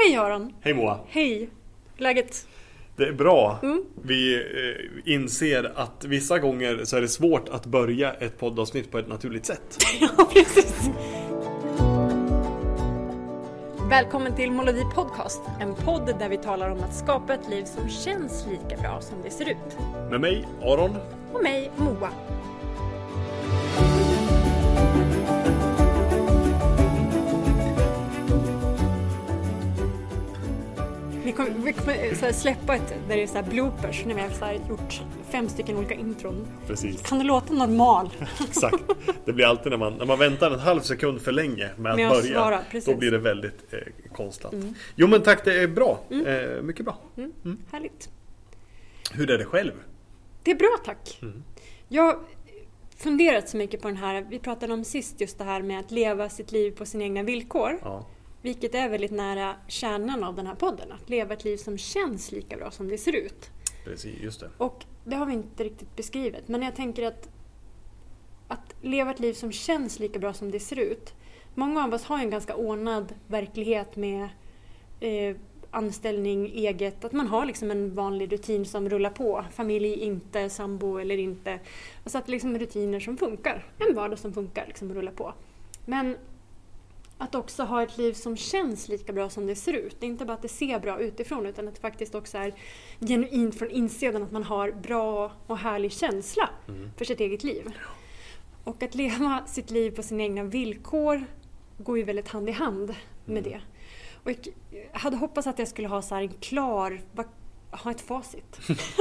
Hej Aron. Hej Moa. Hej. Läget? Det är bra. Vi inser att vissa gånger så är det svårt att börja ett poddavsnitt på ett naturligt sätt. Ja, precis. Välkommen till Molodi Podcast. En podd där vi talar om att skapa ett liv som känns lika bra som det ser ut. Med mig, Aron. Och mig, Moa. Vi kommer så här släppa ett där det är så här bloopers när vi har så här gjort 5 stycken olika intron. Precis. Kan det låta normal? Exakt. Det blir alltid när man väntar en halv sekund för länge med att börja. Svara, då blir det väldigt konstlat. Jo men tack, det är bra. Mycket bra. Härligt. Hur är det själv? Det är bra, tack. Jag har funderat så mycket på den här. Vi pratade om sist just det här med att leva sitt liv på sina egna villkor. Ja. Vilket är väldigt nära kärnan av den här podden. Att leva ett liv som känns lika bra som det ser ut. Precis, just det. Och det har vi inte riktigt beskrivit. Men jag tänker att leva ett liv som känns lika bra som det ser ut. Många av oss har en ganska ordnad verklighet med anställning, eget. Att man har liksom en vanlig rutin som rullar på. Familj, inte, sambo eller inte. Alltså att liksom rutiner som funkar. En vardag som funkar liksom rullar på. Men att också ha ett liv som känns lika bra som det ser ut. Det är inte bara att det ser bra utifrån utan att det faktiskt också är genuint från insidan att man har bra och härlig känsla för sitt eget liv. Och att leva sitt liv på sina egna villkor går ju väldigt hand i hand med det. Och jag hade hoppats att jag skulle ha så här ha ett facit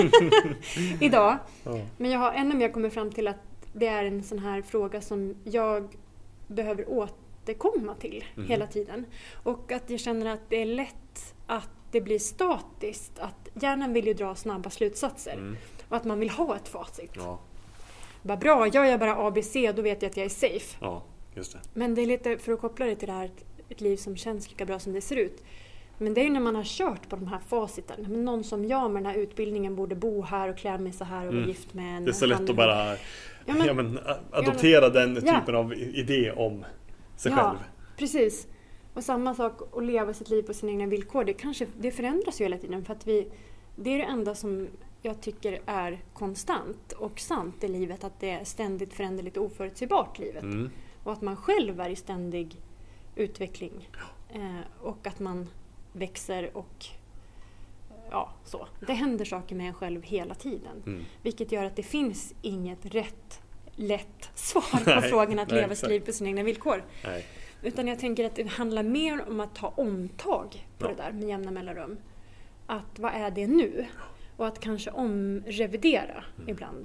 idag. Men jag har ännu mer kommit fram till att det är en sån här fråga som jag behöver återkomma till hela tiden. Och att jag känner att det är lätt att det blir statiskt. Att hjärnan vill ju dra snabba slutsatser. Och att man vill ha ett facit. Ja. Bara bra, gör jag bara ABC då vet jag att jag är safe. Ja, just det. Men det är lite för att koppla det till det här ett liv som känns lika bra som det ser ut. Men det är ju när man har kört på de här faciten. Men någon som jag med den här utbildningen borde bo här och klä mig så här och vara gift med en. Det är så lätt att bara adoptera den typen av idé om sig själv. Precis. Och samma sak att leva sitt liv på sina egna villkor. Det förändras ju hela tiden. För att det är det enda som jag tycker är konstant och sant i livet. Att det är ständigt föränderligt och oförutsägbart livet. Och att man själv är i ständig utveckling. Och att man växer och så. Det händer saker med en själv hela tiden. Vilket gör att det finns inget lätt svar på frågan att leva sitt liv på sina egna villkor. Nej. Utan jag tänker att det handlar mer om att ta omtag på det där med jämna mellanrum. Att vad är det nu? Och att kanske omrevidera ibland.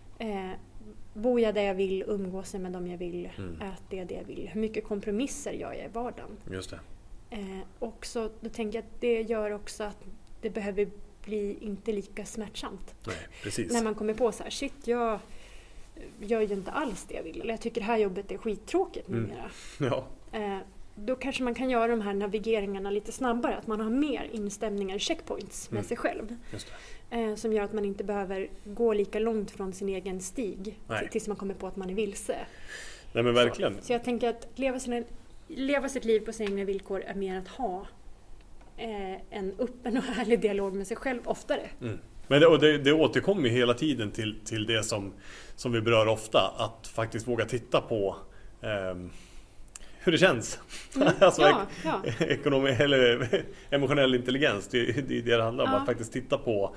Bor jag där jag vill, umgås med dem jag vill, äter jag det jag vill. Hur mycket kompromisser gör jag i vardagen? Just det. Och så då tänker jag att det gör också att det behöver bli inte lika smärtsamt. Nej, precis. När man kommer på så här, shit, jag gör ju inte alls det jag vill. Eller jag tycker det här jobbet är skittråkigt numera. Ja. Då kanske man kan göra de här navigeringarna lite snabbare. Att man har mer instämningar, checkpoints med sig själv. Just det. Som gör att man inte behöver gå lika långt från sin egen stig. Tills man kommer på att man är vilse. Nej men verkligen. Så jag tänker att leva sitt liv på sina egna villkor är mer att ha en öppen och härlig dialog med sig själv oftare. Men det återkommer hela tiden till det som vi berör ofta. Att faktiskt våga titta på hur det känns. Alltså eller emotionell intelligens. Det är det handlar om. Att faktiskt titta på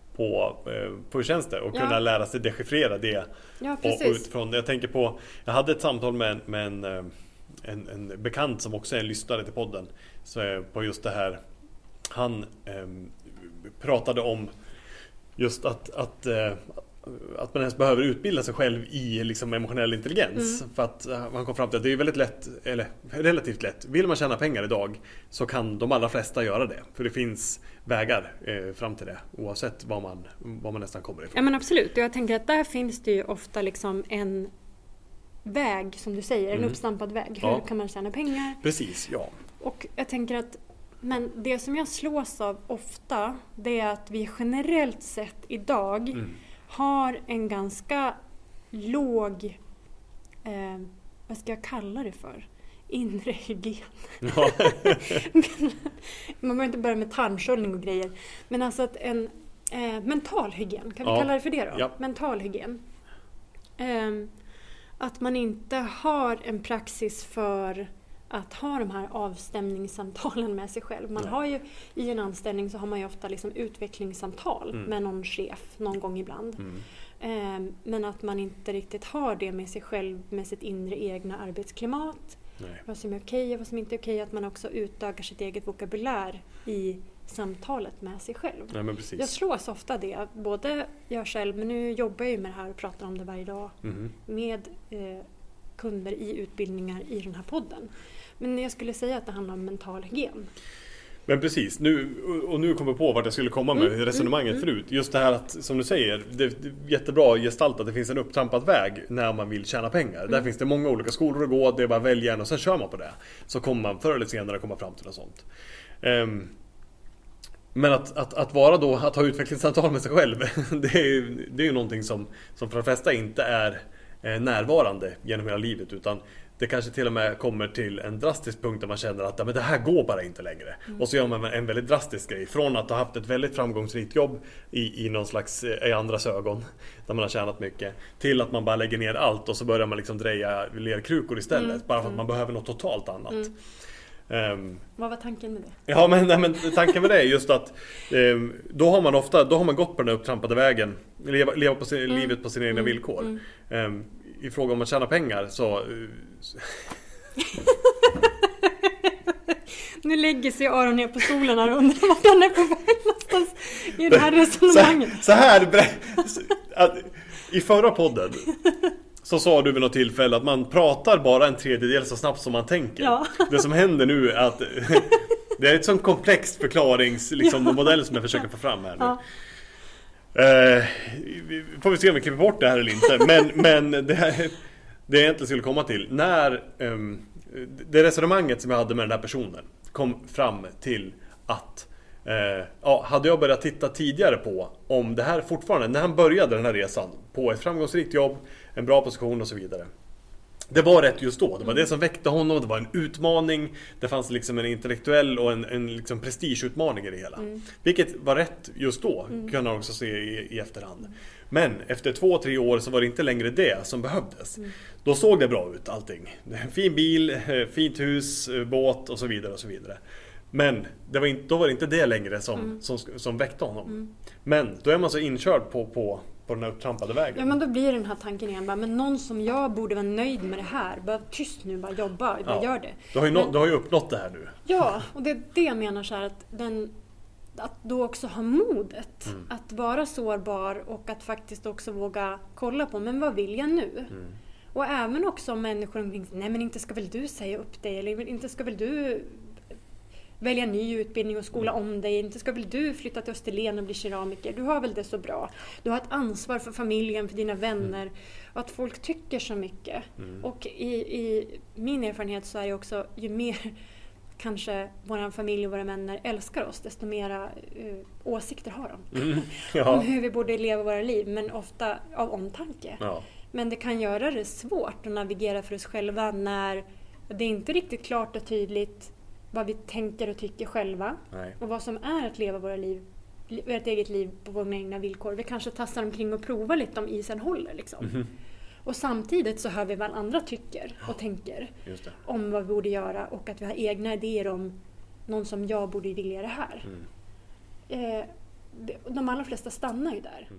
hur känns det och kunna lära sig dechiffrera det. Och utifrån, jag tänker på, jag hade ett samtal med en bekant som också är en lyssnare till podden. Så på just det här. Han pratade om just att man ens behöver utbilda sig själv i liksom emotionell intelligens. För att man kom fram till att det är väldigt lätt, eller relativt lätt. Vill man tjäna pengar idag så kan de allra flesta göra det. För det finns vägar fram till det. Oavsett var man nästan kommer ifrån. Ja men absolut. Och jag tänker att där finns det ju ofta liksom en väg, som du säger. En uppstampad väg. Hur kan man tjäna pengar? Precis, ja. Och jag tänker att men det som jag slås av ofta, det är att vi generellt sett idag har en ganska låg, vad ska jag kalla det för? inre hygien. Ja. Man behöver inte börja med tarmsköljning och grejer. Men alltså att en mental hygien, kan vi kalla det för det då? Ja. Mental hygien. Att man inte har en praxis för att ha de här avstämningssamtalen med sig själv. Man har ju i en anställning så har man ju ofta liksom utvecklingssamtal med någon chef någon gång ibland. Men att man inte riktigt har det med sig själv, med sitt inre egna arbetsklimat. Nej. Vad som är okej och vad som inte är okej. Att man också utökar sitt eget vokabulär i samtalet med sig själv. Ja, men precis. Jag slås ofta det, både jag själv, men nu jobbar jag ju med det här och pratar om det varje dag med kunder i utbildningar i den här podden. Men jag skulle säga att det handlar om mental hygien. Men precis, nu kommer jag på vart jag skulle komma med resonemanget förut. Just det här att, som du säger, det är jättebra gestalt att det finns en upptrampad väg när man vill tjäna pengar. Där finns det många olika skolor att gå, det är bara att välja en och sen kör man på det. Så kommer man förr eller senare komma fram till något sånt. Men att vara då, att ha utvecklingssamtal med sig själv, det är ju någonting som för de flesta inte är närvarande genom hela livet, utan det kanske till och med kommer till en drastisk punkt där man känner att men det här går bara inte längre. Och så gör man en väldigt drastisk grej. Från att ha haft ett väldigt framgångsrikt jobb i någon slags, i andras ögon, där man har tjänat mycket, till att man bara lägger ner allt och så börjar man liksom dreja lerkrukor istället. Bara för att man behöver något totalt annat. Vad var tanken med det? Ja, men tanken med det är just att då har man gått på den upptrampade vägen, leva på livet på sina egna villkor. I fråga om att tjäna pengar så nu lägger sig Aron ner på stolen här och undrar vart han är på väg någonstans i det här resonemanget. Så här i förra podden så sa du vid något tillfälle att man pratar bara en tredjedel så snabbt som man tänker. Ja. Det som händer nu är att det är ett sån komplex modell som jag försöker få fram här nu. Ja. Får vi se om vi klipper bort det här eller inte. Men det jag egentligen skulle komma till, när det resonemanget som jag hade med den här personen kom fram till att hade jag börjat titta tidigare på om det här fortfarande, när han började den här resan på ett framgångsrikt jobb, en bra position och så vidare, det var rätt just då. Det var det som väckte honom. Det var en utmaning. Det fanns liksom en intellektuell och en liksom prestigeutmaning i det hela. Vilket var rätt just då, kan man också se i efterhand. Men efter 2-3 år så var det inte längre det som behövdes. Då såg det bra ut allting. Fin bil, fint hus, båt och så vidare och så vidare. Men då var det inte det längre som väckte honom. Men då är man så inkörd på den här upptrampade vägen. Ja, men då blir den här tanken igen. Men någon som jag borde vara nöjd med det här. Bara tyst nu, bara jobba, bara gör det. Du har ju uppnått det här nu. Ja, och det är det jag menar så här, att då också ha modet. Att vara sårbar och att faktiskt också våga kolla på, men vad vill jag nu? Och även också om människor omkring, nej men inte ska väl du säga upp dig, eller inte ska väl du välja ny utbildning och skola om dig. Inte ska väl du flytta till Österlen och bli keramiker. Du har väl det så bra. Du har ett ansvar för familjen, för dina vänner. Och att folk tycker så mycket. Och i min erfarenhet så är det också, ju mer kanske vår familj och våra vänner älskar oss, desto mera åsikter har de. Om hur vi borde leva våra liv. Men ofta av omtanke. Ja. Men det kan göra det svårt att navigera för oss själva när det är inte riktigt klart och tydligt vad vi tänker och tycker själva. Nej. Och vad som är att leva vårt eget liv på våra egna villkor. Vi kanske tassar omkring och provar lite om isen håller. Liksom. Och samtidigt så hör vi vad andra tycker och tänker om vad vi borde göra. Och att vi har egna idéer om någon som jag borde vilja det här. De allra flesta stannar ju där.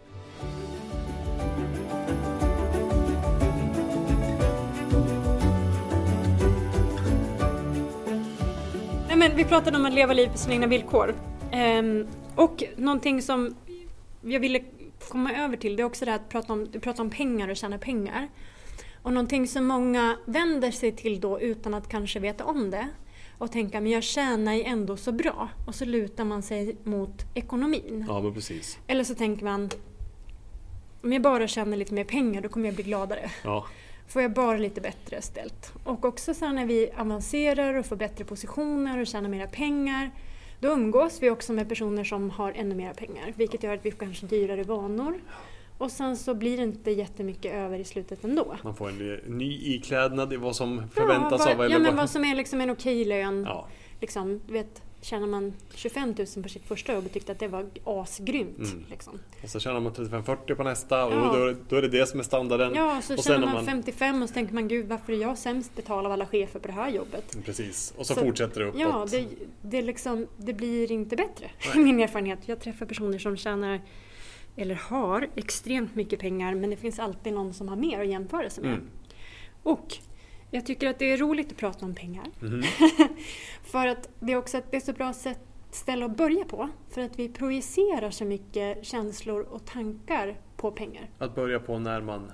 Men vi pratade om att leva liv på sina egna villkor. Och någonting som jag ville komma över till, det är också det här att prata om pengar och tjäna pengar. Och någonting som många vänder sig till då utan att kanske veta om det. Och tänka, men jag tjänar ju ändå så bra. Och så lutar man sig mot ekonomin. Ja, men precis. Eller så tänker man, om jag bara tjänar lite mer pengar, då kommer jag bli gladare. Ja. Får jag bara lite bättre ställt. Och också så när vi avancerar och får bättre positioner och tjänar mera pengar, då umgås vi också med personer som har ännu mer pengar. Vilket gör att vi får kanske dyrare vanor Och sen så blir det inte jättemycket över i slutet ändå. Man får en ny iklädnad i vad som förväntas av. Eller men vad som är liksom en okej lön. Ja. Liksom, du vet, tjänar man 25 000 på sitt första jobb och tyckte att det var asgrymt. Liksom. Och så tjänar man 35-40 på nästa och då är det som är standarden. Ja, så tjänar man 55 och så tänker man, gud, varför är jag sämst betald av alla chefer på det här jobbet? Precis, och så fortsätter det uppåt. Ja, det blir inte bättre. I min erfarenhet. Jag träffar personer som tjänar eller har extremt mycket pengar, men det finns alltid någon som har mer att jämföra sig med. Och jag tycker att det är roligt att prata om pengar. För att det är också ett så bra ställe att börja på. För att vi projicerar så mycket känslor och tankar på pengar. Att börja på när man...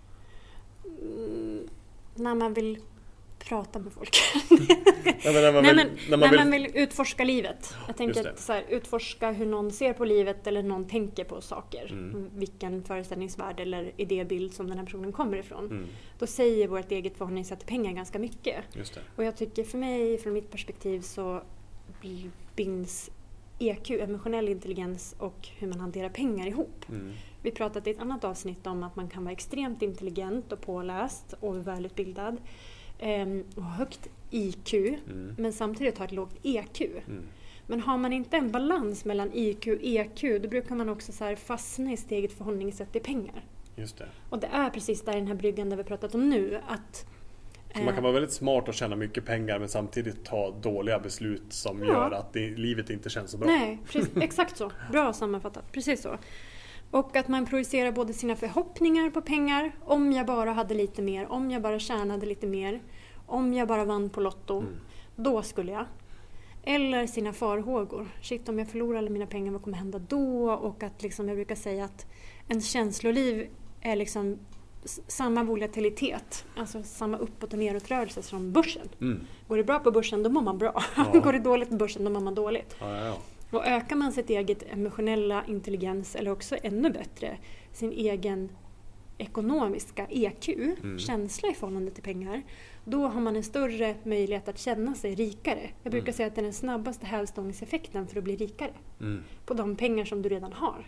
När man vill prata med folk. när man vill utforska livet. Jag tänker att så här, utforska hur någon ser på livet eller någon tänker på saker. Vilken föreställningsvärld eller idébild som den här personen kommer ifrån. Då säger vårt eget förhållningssätt till pengar ganska mycket. Just det. Och jag tycker för mig, från mitt perspektiv, så binds EQ, emotionell intelligens, och hur man hanterar pengar ihop. Vi pratade i ett annat avsnitt om att man kan vara extremt intelligent och påläst och välutbildad. Och högt IQ, men samtidigt har ett lågt EQ. Men har man inte en balans mellan IQ och EQ, då brukar man också så här fastna i sitt eget förhållningssätt till pengar. Just det. Och det är precis där den här bryggan där vi pratat om nu. Att, så man kan vara väldigt smart och tjäna mycket pengar, men samtidigt ta dåliga beslut som gör att livet inte känns så bra. Nej, precis, exakt så. Bra sammanfattat, precis så. Och att man projicerar både sina förhoppningar på pengar. Om jag bara hade lite mer. Om jag bara tjänade lite mer. Om jag bara vann på Lotto. Då skulle jag. Eller sina farhågor. Shit, om jag förlorar alla mina pengar, vad kommer hända då? Och att liksom, jag brukar säga att en känsloliv är liksom samma volatilitet. Alltså samma uppåt- och neråtrörelse som börsen. Går det bra på börsen, då mår man bra. Går det dåligt på börsen, då mår man dåligt. Och ökar man sitt eget emotionella intelligens, eller också ännu bättre sin egen ekonomiska EQ, känsla i förhållande till pengar, då har man en större möjlighet att känna sig rikare. Jag brukar säga att det är den snabbaste hävstångseffekten för att bli rikare. På de pengar som du redan har.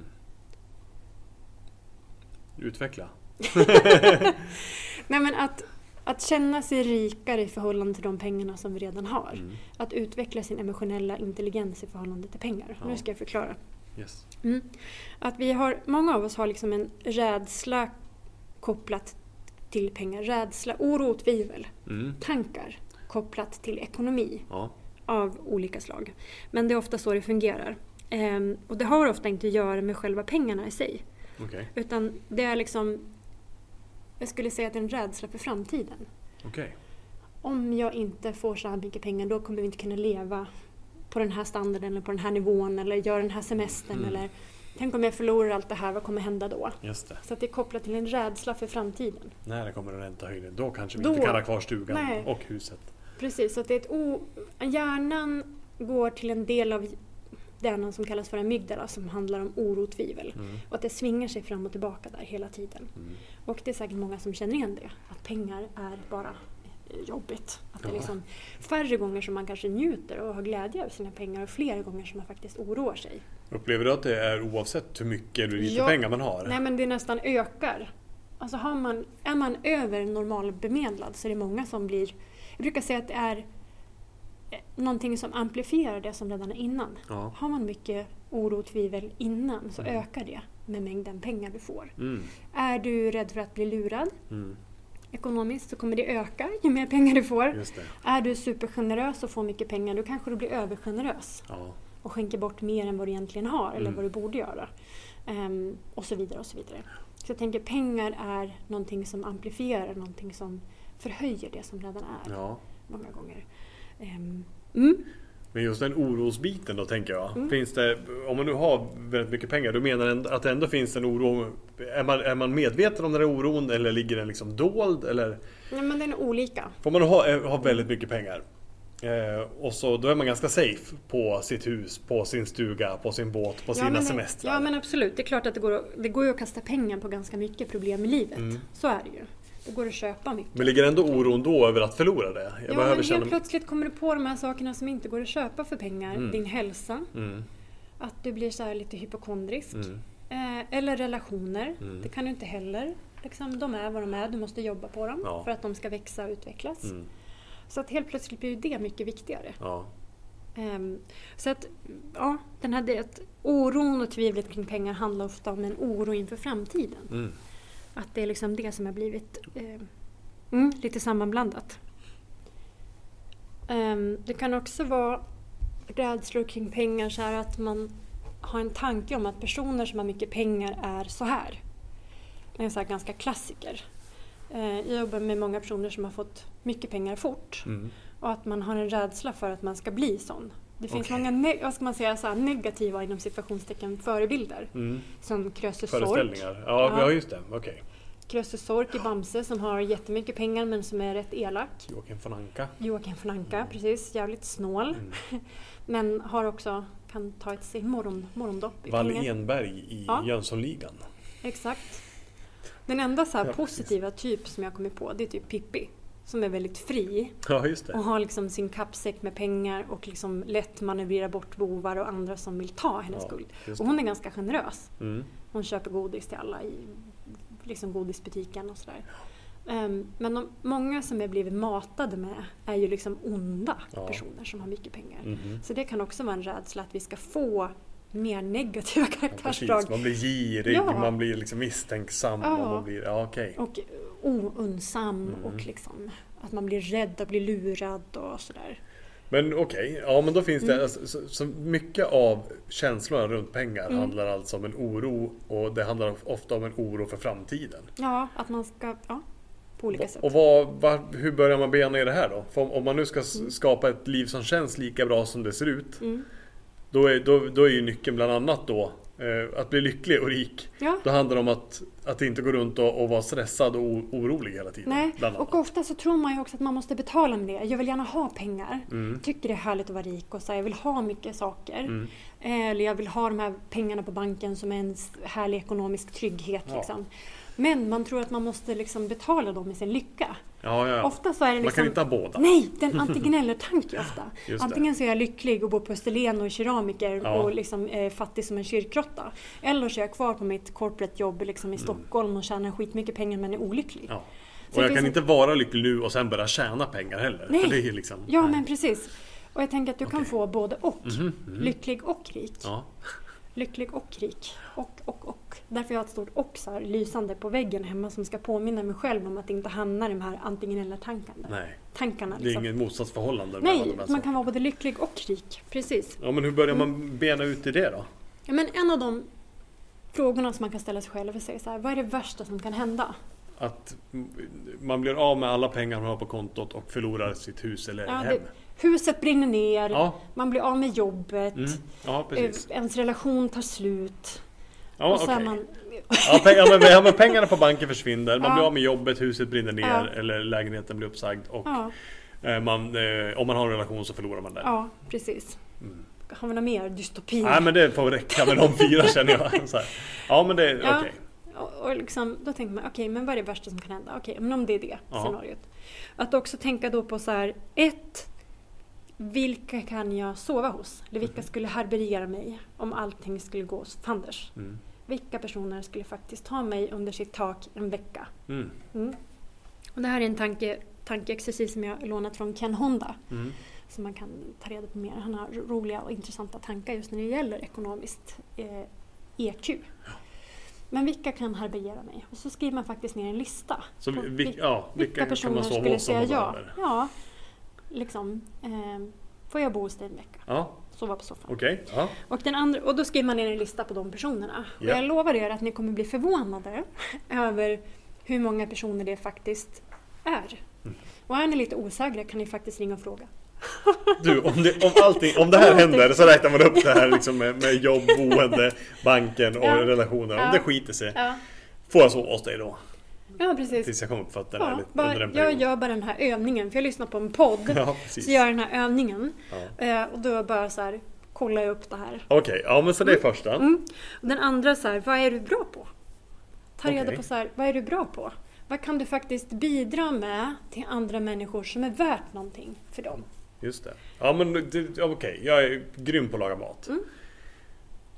Utveckla. Nej, men att känna sig rikare i förhållande till de pengarna som vi redan har. Att utveckla sin emotionella intelligens i förhållande till pengar. Nu ska jag förklara. Yes. Att många av oss har liksom en rädsla kopplat till pengar. Rädsla, oro och tvivel. Tankar kopplat till ekonomi av olika slag. Men det är ofta så det fungerar. Och det har ofta inte att göra med själva pengarna i sig. Okay. Utan det är liksom, jag skulle säga att det är en rädsla för framtiden. Okay. Om jag inte får så här mycket pengar, då kommer vi inte kunna leva på den här standarden eller på den här nivån eller göra den här semestern. Eller tänk om jag förlorar allt det här, vad kommer hända då? Just det. Så att det är kopplat till en rädsla för framtiden. När det kommer en räntehöjning, då kanske vi inte kan ha kvar stugan och huset. Precis, så att det är hjärnan går till en del av hjärnan som kallas för amygdala, som handlar om oro och tvivel. Och att det svingar sig fram och tillbaka där hela tiden. Och det är säkert många som känner igen det. Att pengar är bara jobbigt. Att det är liksom färre gånger som man kanske njuter och har glädje av sina pengar och fler gånger som man faktiskt oroar sig. Upplever du att det är oavsett hur mycket eller lite pengar man har? Nej, men det nästan ökar. Alltså är man över normalbemedlad så är det många som blir... Jag brukar säga att det är någonting som amplifierar det som redan är innan. Har man mycket oro och tvivel innan så ökar det med mängden pengar du får. Är du rädd för att bli lurad ekonomiskt så kommer det öka ju mer pengar du får. Just det. Är du supergenerös och får mycket pengar, då kanske du blir övergenerös. Och skänker bort mer än vad du egentligen har eller vad du borde göra. Och så vidare och så vidare. Så jag tänker pengar är någonting som amplifierar, någonting som förhöjer det som redan är. Många gånger. Men just den orosbiten då, tänker jag. Finns det, om man nu har väldigt mycket pengar, du menar att det ändå finns en oro? Är man medveten om den här oron eller ligger den liksom dold? Eller? Nej, men den är olika. Får man ha väldigt mycket pengar och så då är man ganska safe på sitt hus, på sin stuga, på sin båt, på sina semestrar. Ja, men absolut. Det är klart att det går att kasta pengar på ganska mycket problem i livet. Så är det ju. Det går att köpa mycket. Men ligger ändå oron då över att förlora det? Men helt plötsligt kommer du på de här sakerna som inte går att köpa för pengar. Din hälsa. Att du blir så här lite hypokondrisk. Eller relationer. Det kan du inte heller. Liksom, de är vad de är. Du måste jobba på dem för att de ska växa och utvecklas. Så att helt plötsligt blir det mycket viktigare. Ja. Så att oron och tvivlet kring pengar handlar ofta om en oro inför framtiden. Att det är liksom det som har blivit lite sammanblandat. Det kan också vara rädslor kring pengar, så här att man har en tanke om att personer som har mycket pengar är så här. Det är en så här ganska klassiker. Jag jobbar med många personer som har fått mycket pengar fort. Och att man har en rädsla för att man ska bli sån. Det finns många negativa inom situationstecken förebilder. Som Krösus Sork. Föreställningar. Ja, just det. Okej. Krösus Sork i Bamse som har jättemycket pengar men som är rätt elak. Joakim von Anka, precis. Jävligt snål. Men har också, kan ta ett sig morgondopp i Valle Enberg i Jönssonligan. Exakt. Den enda så här positiva typ som jag kommer på, det är typ Pippi. Som är väldigt fri. Ja, just det. Och har liksom sin kappsäck med pengar och liksom lätt manövrerar bort bovar och andra som vill ta hennes guld. Och hon är ganska generös. Hon köper godis till alla i liksom godisbutiken och sådär. Men många som är blivit matade med är ju liksom onda personer som har mycket pengar. Så det kan också vara en rädsla att vi ska få mer negativa karaktärsdrag. Man blir girig, man blir liksom misstänksam. Och man blir, och ounsam och liksom att man blir rädd och blir lurad och sådär. Men men då finns det så mycket av känslorna runt pengar handlar alltså om en oro, och det handlar ofta om en oro för framtiden. Ja, att man ska på olika sätt. Och hur börjar man bena i det här då? För om man nu ska skapa ett liv som känns lika bra som det ser ut, då är ju nyckeln bland annat då att bli lycklig och rik. Då handlar det om att inte gå runt och vara stressad och orolig hela tiden. Nej, och ofta så tror man ju också att man måste betala med det. Jag vill gärna ha pengar. Tycker det är härligt att vara rik och så jag vill ha mycket saker. Eller jag vill ha de här pengarna på banken som är en härlig ekonomisk trygghet. Liksom. Men man tror att man måste liksom betala dem med sin lycka. Ofta så är det liksom, man kan inte ha båda. Nej, den antingen eller tanke ofta. Antingen så är jag lycklig och bor på Österlen och är keramiker och liksom fattig som en kyrkrotta. Eller så är jag kvar på mitt corporate jobb liksom i Stockholm och tjänar skitmycket pengar men är olycklig. Och jag kan inte vara lycklig nu och sen börja tjäna pengar heller. Nej. För det är liksom, men precis. Och jag tänker att du kan få både och. Lycklig och rik. Lycklig och rik. Och. Därför jag har ett stort oxar lysande på väggen hemma som ska påminna mig själv om att inte hamna i de här antingen eller tankarna. Det är ingen motsatsförhållande. Nej, man kan vara både lycklig och rik. Precis. Ja, men hur börjar man bena ut i det då? Ja, men en av de frågorna som man kan ställa sig själv och säga så här: vad är det värsta som kan hända? Att man blir av med alla pengar man har på kontot och förlorar sitt hus eller hem. Huset brinner ner, man blir av med jobbet, ens relation tar slut. Och så är man... men pengarna på banken försvinner, man blir av med jobbet, huset brinner ner eller lägenheten blir uppsagd och om man har en relation så förlorar man den. Ja, precis. Har vi några mer dystopi? Nej, men det får räcka med de 4 känner jag. Så här. Ja, men det är okej. Och liksom, då tänker man, men vad är det värsta som kan hända? Men om det är det scenariot. Att också tänka då på så här, vilka kan jag sova hos? Eller vilka skulle härbärgera mig om allting skulle gå fanders? Vilka personer skulle faktiskt ta mig under sitt tak en vecka? Och det här är en tankeexercis som jag lånat från Ken Honda. Så man kan ta reda på mer. Han har roliga och intressanta tankar just när det gäller ekonomiskt EQ. Men vilka kan härbärgera mig? Och så skriver man faktiskt ner en lista. Så vilka personer kan man skulle säga ja? Ja, liksom. Får jag bo hos dig en vecka? Sova på soffan. Och den andra, och då skriver man ner en lista på de personerna. Och jag lovar er att ni kommer bli förvånade över hur många personer det faktiskt är. Och är ni lite osäkra kan ni faktiskt ringa och fråga. Du, om det här händer så räknar man upp det här liksom med jobb, boende, banken och relationer. Om det skiter sig, får jag sova hos dig då? Ja, precis. Tills jag kommer på fötterna under en period. Jag gör bara den här övningen, för jag lyssnar på en podd. Så gör jag den här övningen. Och då bara så här, kollar jag upp det här. Men så det är första. Den andra så här, vad är du bra på? Ta reda på så här, vad är du bra på? Vad kan du faktiskt bidra med till andra människor som är värt någonting för dem? Just det. Ja, men jag är grym på att laga mat.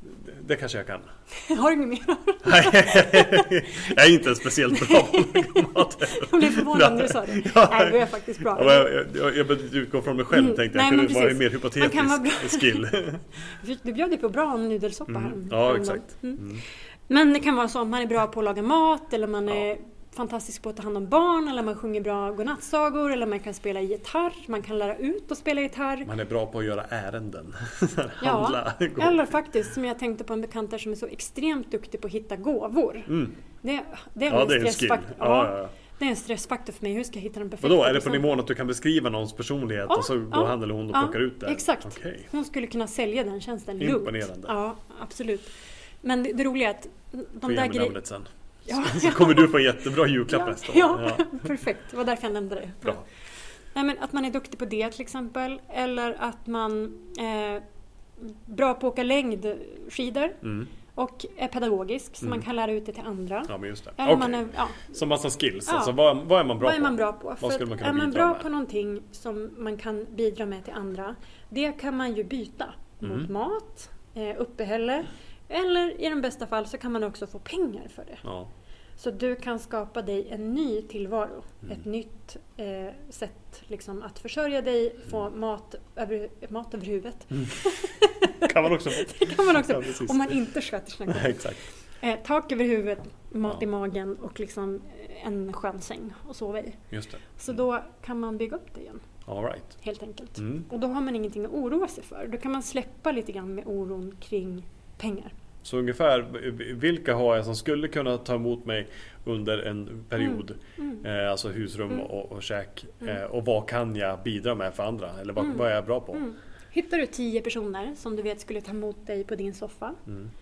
Det kanske jag kan. Har du inget mer? Nej, jag är inte speciellt bra på att laga mat. Jag blev förvånad när du sa det. Nej, det är faktiskt bra. Jag behöver utgå från mig själv, tänkte jag. Det var mer hypotetisk skill. Du bjöd ju på bra nudelsoppa här. Ja, exakt. Men det kan vara så att man är bra på att laga mat, eller man är fantastisk på att ta hand om barn, eller man sjunger bra godnattsagor, eller man kan spela gitarr, man kan lära ut att spela gitarr. Man är bra på att göra ärenden. Ja, eller faktiskt, som jag tänkte på en bekant där som är så extremt duktig på att hitta gåvor. Det är en stressfaktor. Det är en stressfaktor för mig. Hur ska jag hitta den perfekta? Vadå, är det på nivån att du kan beskriva någons personlighet och så går han eller hon och plockar ut det? Exakt. Okay. Hon skulle kunna sälja den tjänsten lugnt. Imponerande. Ja, absolut. Men det roliga är att de där grejerna... sen. Så kommer du få en jättebra julklapp nästa år. Ja, perfekt. Det var därför jag nämnde det. Bra. Nej, men att man är duktig på det till exempel. Eller att man är bra på att åka längdskidor. Och är pedagogisk, så man kan lära ut det till andra. Ja, men just det. Eller man är, så massa skills. Alltså, vad är man bra på? Vad är man bra på? Vad skulle man kunna är man bidra bra med? på någonting som man kan bidra med till andra, det kan man ju byta mot mat, uppehälle. Eller i de bästa fall så kan man också få pengar för det. Ja. Så du kan skapa dig en ny tillvaro. Ett nytt sätt liksom, att försörja dig, få mat över huvudet. Kan man också få. Det kan man också, om man inte sköter sina gånger. Exakt. Tak över huvudet, mat i magen och liksom en skön säng att sova i. Just det. Så då kan man bygga upp det igen. All right. Helt enkelt. Och då har man ingenting att oroa sig för. Då kan man släppa lite grann med oron kring pengar. Så ungefär, vilka har jag som skulle kunna ta emot mig under en period? Alltså husrum och käk. Och vad kan jag bidra med för andra? Eller vad är jag bra på? Hittar du 10 personer som du vet skulle ta emot dig på din soffa.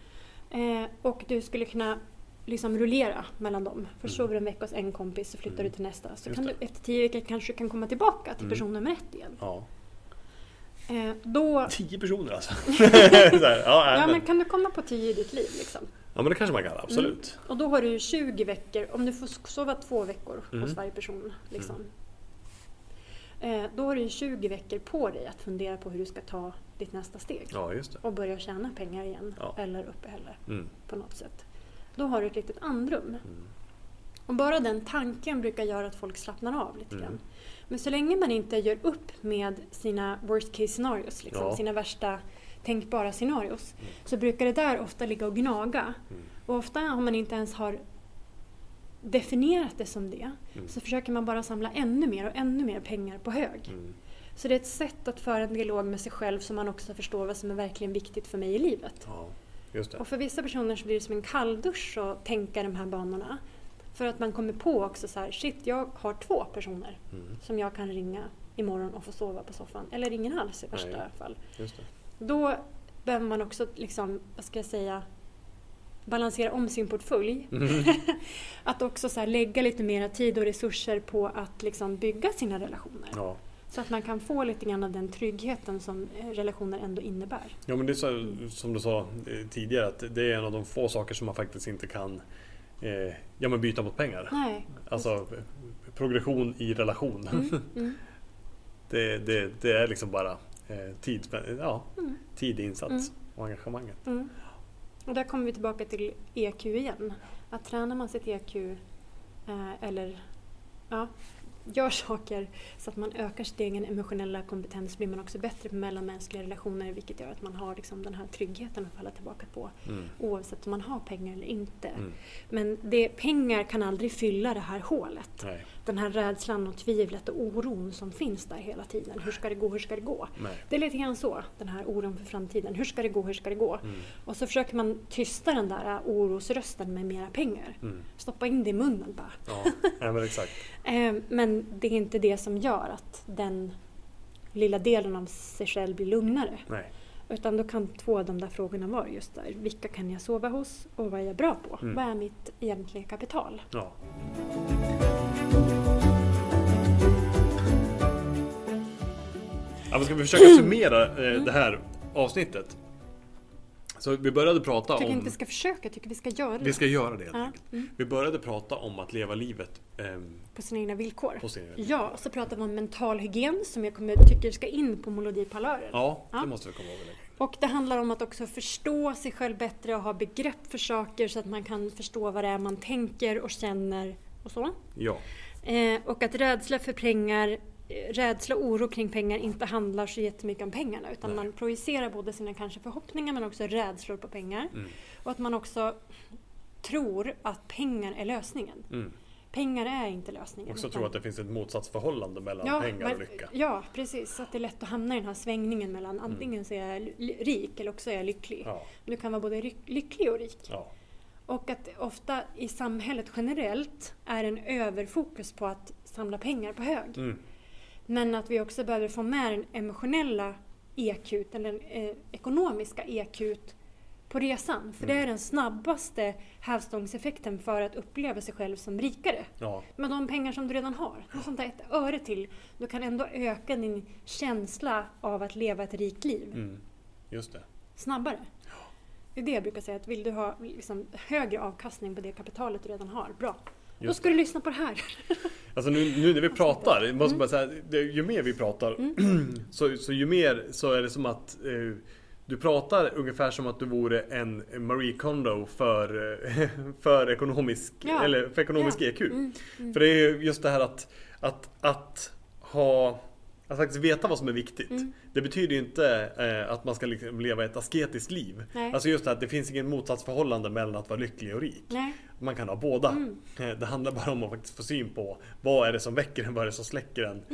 Och du skulle kunna liksom rullera mellan dem. För sover en vecka hos en kompis så flyttar du till nästa. Så kan du efter 10 veckor kanske kan komma tillbaka till person nummer 1 igen. Ja. Då... 10 personer alltså. Men kan du komma på 10 i ditt liv liksom? Ja, men det kanske man kan, absolut. Och då har du 20 veckor, om du får sova 2 veckor hos varje person liksom. Då har du 20 veckor på dig att fundera på hur du ska ta ditt nästa steg. Ja, just det. Och börja tjäna pengar igen, eller uppehälle på något sätt. Då har du ett litet andrum. Och bara den tanken brukar göra att folk slappnar av lite grann. Men så länge man inte gör upp med sina worst case scenarios, liksom, sina värsta tänkbara scenarios, så brukar det där ofta ligga och gnaga. Och ofta om man inte ens har definierat det som det, så försöker man bara samla ännu mer pengar på hög. Så det är ett sätt att föra en dialog med sig själv så man också förstår vad som är verkligen viktigt för mig i livet. Ja, just det. Och för vissa personer så blir det som en kalldusch att tänka de här banorna. För att man kommer på också så här, shit, jag har 2 personer som jag kan ringa imorgon och få sova på soffan. Eller ingen alls i värsta fall. Just det. Då behöver man också, liksom, vad ska jag säga, balansera om sin portfölj. Att också så här, lägga lite mer tid och resurser på att liksom, bygga sina relationer. Ja. Så att man kan få lite grann av den tryggheten som relationer ändå innebär. Ja, men det är så, som du sa tidigare, att det är en av de få saker som man faktiskt inte kan byta mot pengar. Nej. Alltså progression i relation. Det är liksom bara tid, insats och engagemanget. Och där kommer vi tillbaka till EQ igen. Att tränar man sitt EQ gör saker så att man ökar sin egen emotionella kompetens, blir man också bättre på mellanmänskliga relationer, vilket gör att man har liksom den här tryggheten att falla tillbaka på oavsett om man har pengar eller inte. Men pengar kan aldrig fylla det här hålet. Nej. Den här rädslan och tvivlet och oron som finns där hela tiden. Hur ska det gå? Hur ska det gå? Nej. Det är lite grann så, den här oron för framtiden. Hur ska det gå? Hur ska det gå? Och så försöker man tysta den där orosrösten med mera pengar. Stoppa in det i munnen bara. Ja, men exakt. Men det är inte det som gör att den lilla delen av sig själv blir lugnare. Nej. Utan då kan 2 av de där frågorna vara just där. Vilka kan jag sova hos och vad är jag bra på? Vad är mitt egentliga kapital? Ja. Ska vi försöka summera det här avsnittet? Så vi började prata om... Jag tycker inte vi ska försöka, jag tycker vi ska göra det. Vi ska göra det helt enkelt. Vi började prata om att leva livet på sina egna villkor. På sina egna villkor. Ja, så pratade vi om mental hygien som jag tycker ska in på Melodipalören. Ja, det måste vi komma ihåg. Och det handlar om att också förstå sig själv bättre och ha begrepp för saker så att man kan förstå vad det är man tänker och känner och så. Ja. Och att rädsla och oro kring pengar inte handlar så jättemycket om pengarna, utan man projicerar både sina kanske förhoppningar men också rädslor på pengar. Och att man också tror att pengar är lösningen. Pengar är inte lösningen. Också tror att det finns ett motsatsförhållande mellan pengar och lycka. Ja, precis. Så att det är lätt att hamna i den här svängningen mellan antingen så är jag rik eller också är jag lycklig. Ja. Du kan vara både lycklig och rik. Ja. Och att ofta i samhället generellt är en överfokus på att samla pengar på hög. Men att vi också behöver få med den emotionella EQ eller den ekonomiska EQ på resan. För det är den snabbaste hävstångseffekten för att uppleva sig själv som rikare. Ja. Med de pengar som du redan har. Något sånt där, ett öre till. Du kan ändå öka din känsla av att leva ett rikt liv. Just det. Snabbare. Ja. Det är det jag brukar säga. Att vill du ha liksom högre avkastning på det kapitalet du redan har, bra. Då ska du lyssna på det här. Alltså nu när vi pratar, måste bara säga, ju mer vi pratar så ju mer så är det som att du pratar ungefär som att du vore en Marie Kondo för ekonomisk eller för ekonomisk EQ. För det är just det här att faktiskt veta vad som är viktigt. Det betyder ju inte att man ska liksom leva ett asketiskt liv. Nej. Alltså just det att det finns ingen motsatsförhållande mellan att vara lycklig och rik. Nej. Man kan ha båda. Det handlar bara om att faktiskt få syn på vad är det som väcker en, vad är det som släcker en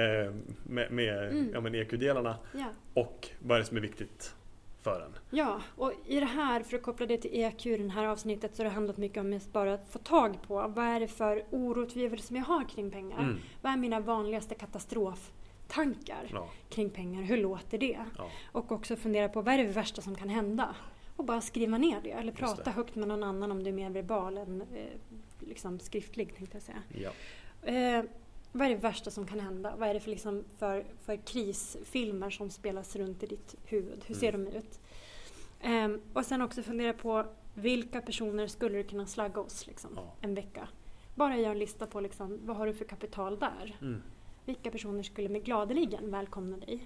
med EQ-delarna och vad är det som är viktigt för en. Ja, och i det här, för att koppla det till EQ i det här avsnittet, så har det handlat mycket om att bara få tag på vad är det för orotvivel som jag har kring pengar. Vad är mina vanligaste katastroftankar kring pengar? Hur låter det? Ja. Och också fundera på vad är det värsta som kan hända? Och bara skriva ner det. Eller prata högt med någon annan om du är mer verbal än liksom skriftlig, tänkte jag säga. Ja. Vad är det värsta som kan hända? Vad är det för krisfilmer som spelas runt i ditt huvud? Hur ser de ut? Och sen också fundera på vilka personer skulle du kunna slagga oss en vecka? Bara göra en lista på vad har du för kapital där? Vilka personer skulle med gladeligen välkomna dig?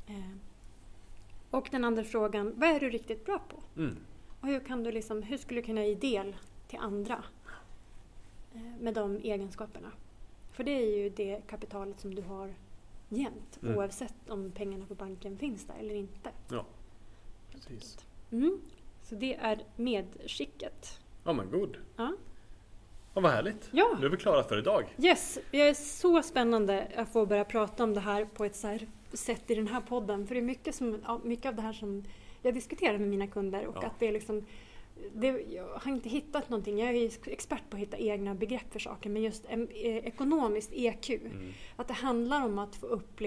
Och den andra frågan, vad är du riktigt bra på? Och hur kan du hur skulle du kunna ge del till andra med de egenskaperna? För det är ju det kapitalet som du har jämt, oavsett om pengarna på banken finns där eller inte. Ja, precis. Så det är medskicket. Ja, men god. Ja. Ja, vad härligt. Ja. Nu är vi klara för idag. Yes, det är så spännande att få börja prata om det här på ett så här sätt i den här podden. För det är mycket av det här som jag diskuterar med mina kunder. Och att det är jag har inte hittat någonting. Jag är expert på att hitta egna begrepp för saker. Men just ekonomiskt EQ. Att det handlar om att få upp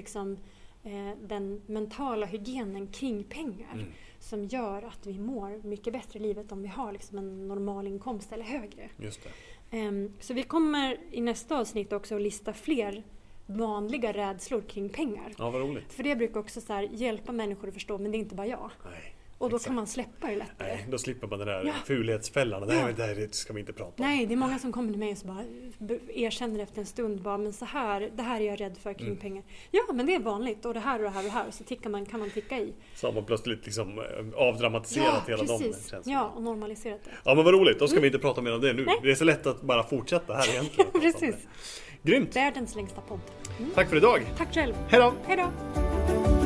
den mentala hygienen kring pengar. Som gör att vi mår mycket bättre i livet om vi har en normal inkomst eller högre. Just det. Så vi kommer i nästa avsnitt också att lista fler vanliga rädslor kring pengar. Ja, vad roligt. För det brukar också hjälpa människor att förstå, men det är inte bara jag. Nej. Och då kan man släppa det lättare. Nej, då slipper man den där fulhetsfällan. Det här ska vi inte prata om. Nej, det är många som kommer till mig och så bara erkänner efter en stund det här är jag rädd för kring pengar. Ja, men det är vanligt. Och det här och det här och det här. Och så kan man ticka i. Så har man plötsligt avdramatiserat hela de känslorna. Ja, och normaliserat det. Ja, men vad roligt. Då ska vi inte prata mer om det nu. Nej. Det är så lätt att bara fortsätta här egentligen. Precis. Grymt. Världens längsta podd. Tack för idag. Tack själv. Hej då. Hej då.